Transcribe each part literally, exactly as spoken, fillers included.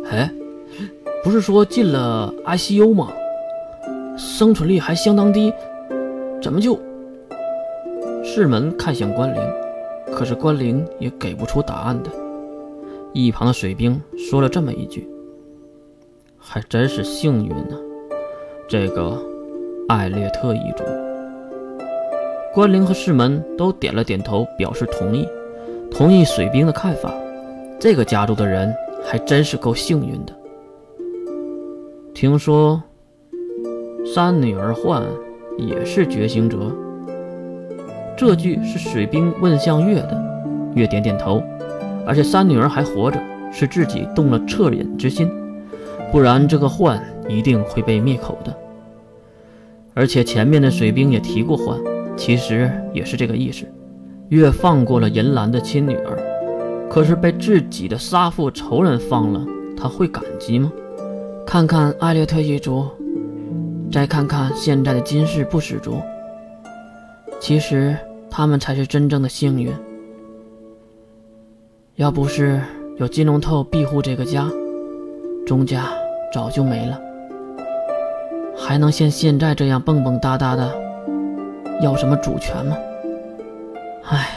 哎，不是说进了 I C U 吗？生存率还相当低，怎么就……世门看向关灵，可是关灵也给不出答案的。一旁的水兵说了这么一句：还真是幸运呢、啊，这个艾略特一族。关灵和世门都点了点头，表示同意，同意水兵的看法。这个家族的人还真是够幸运的。听说三女儿幻也是觉醒者，这句是水兵问向月的，月点点头。而且三女儿还活着，是自己动了恻隐之心，不然这个幻一定会被灭口的。而且前面的水兵也提过幻，其实也是这个意思。月放过了银兰的亲女儿，可是被自己的杀父仇人放了，他会感激吗？看看艾略特一族，再看看现在的金氏不死族，其实他们才是真正的幸运。要不是有金龙头庇护这个家，钟家早就没了，还能像现在这样蹦蹦哒哒的要什么主权吗？唉，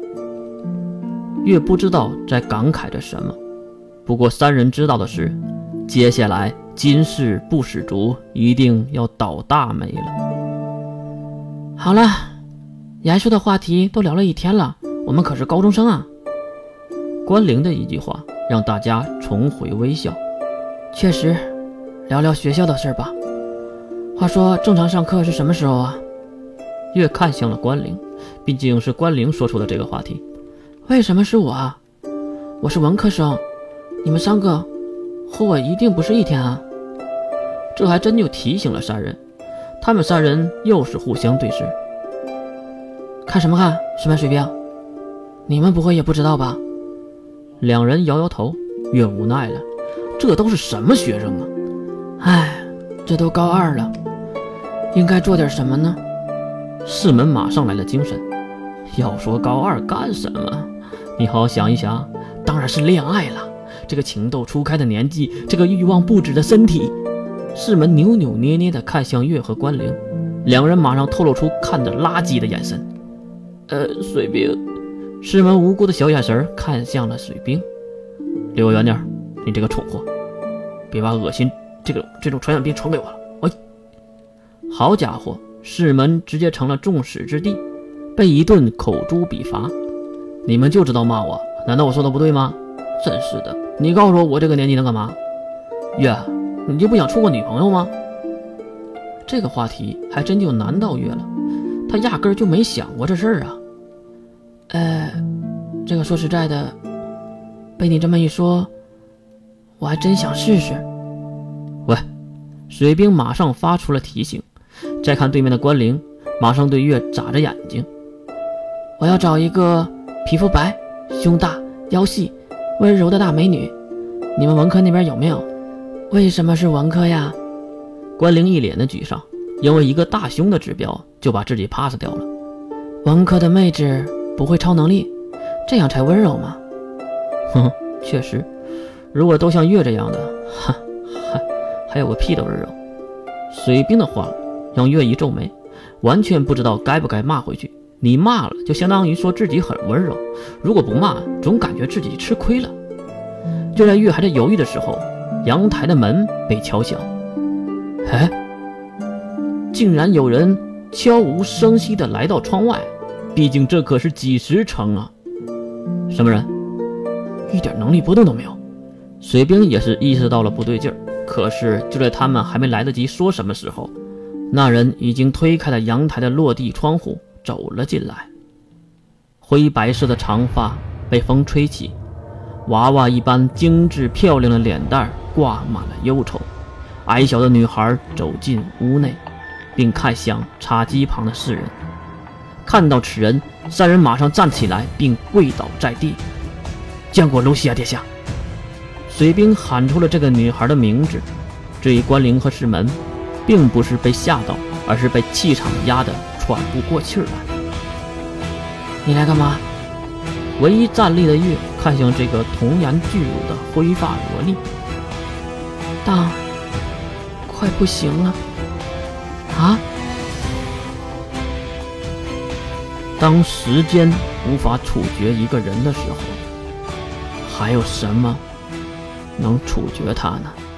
月不知道在感慨着什么。不过三人知道的是，接下来金氏不死族一定要倒大霉了。好了，严肃的话题都聊了一天了，我们可是高中生啊。关灵的一句话让大家重回微笑。确实，聊聊学校的事吧。话说正常上课是什么时候啊？月看向了关灵，毕竟是关灵说出的这个话题。为什么是我啊？我是文科生，你们三个和我一定不是一天啊。这还真就提醒了三人，他们三人又是互相对视。看什么看？石门水兵，你们不会也不知道吧？两人摇摇头，越无奈了，这都是什么学生啊？唉，这都高二了，应该做点什么呢？世门马上来了精神，要说高二干什么？你好好想一想，当然是恋爱了。这个情窦初开的年纪，这个欲望不止的身体。世门扭扭捏捏地看向月和关灵，两人马上透露出看着垃圾的眼神。呃，水兵。世门无辜的小眼神看向了水兵，离我远点，你这个蠢货，别把恶心这个这种传染病传给我了。喂，好家伙，世门直接成了众矢之的，被一顿口诛笔伐。你们就知道骂我，难道我说的不对吗？真是的，你告诉我我这个年纪能干嘛？月，你就不想处个女朋友吗？这个话题还真就难到月了，他压根儿就没想过这事儿啊。呃，这个说实在的，被你这么一说，我还真想试试。喂，水兵马上发出了提醒。再看对面的关灵，马上对月眨着眼睛。我要找一个皮肤白、胸大、腰细、温柔的大美女，你们文科那边有没有？为什么是文科呀？关灵一脸的沮丧，因为一个大胸的指标就把自己 pass 掉了。文科的妹子不会超能力，这样才温柔吗？哼，确实，如果都像月这样的，哈，还还有个屁的温柔。水兵的话让月一皱眉，完全不知道该不该骂回去。你骂了就相当于说自己很温柔，如果不骂总感觉自己吃亏了。就在月还在犹豫的时候，阳台的门被敲响。哎，竟然有人悄无声息地来到窗外，毕竟这可是几十层啊！什么人？一点能力波动都没有。水兵也是意识到了不对劲儿，可是就在他们还没来得及说什么时候，那人已经推开了阳台的落地窗户走了进来。灰白色的长发被风吹起，娃娃一般精致漂亮的脸蛋挂满了忧愁。矮小的女孩走进屋内，并看向茶几旁的四人。看到此人，三人马上站起来并跪倒在地。见过露西亚殿下。水兵喊出了这个女孩的名字。至于关灵和世门，并不是被吓到，而是被气场压得喘不过气来。你来干嘛？唯一站立的月看向这个童颜巨乳的灰发萝莉， 大，快不行了啊！当时间无法处决一个人的时候，还有什么能处决他呢？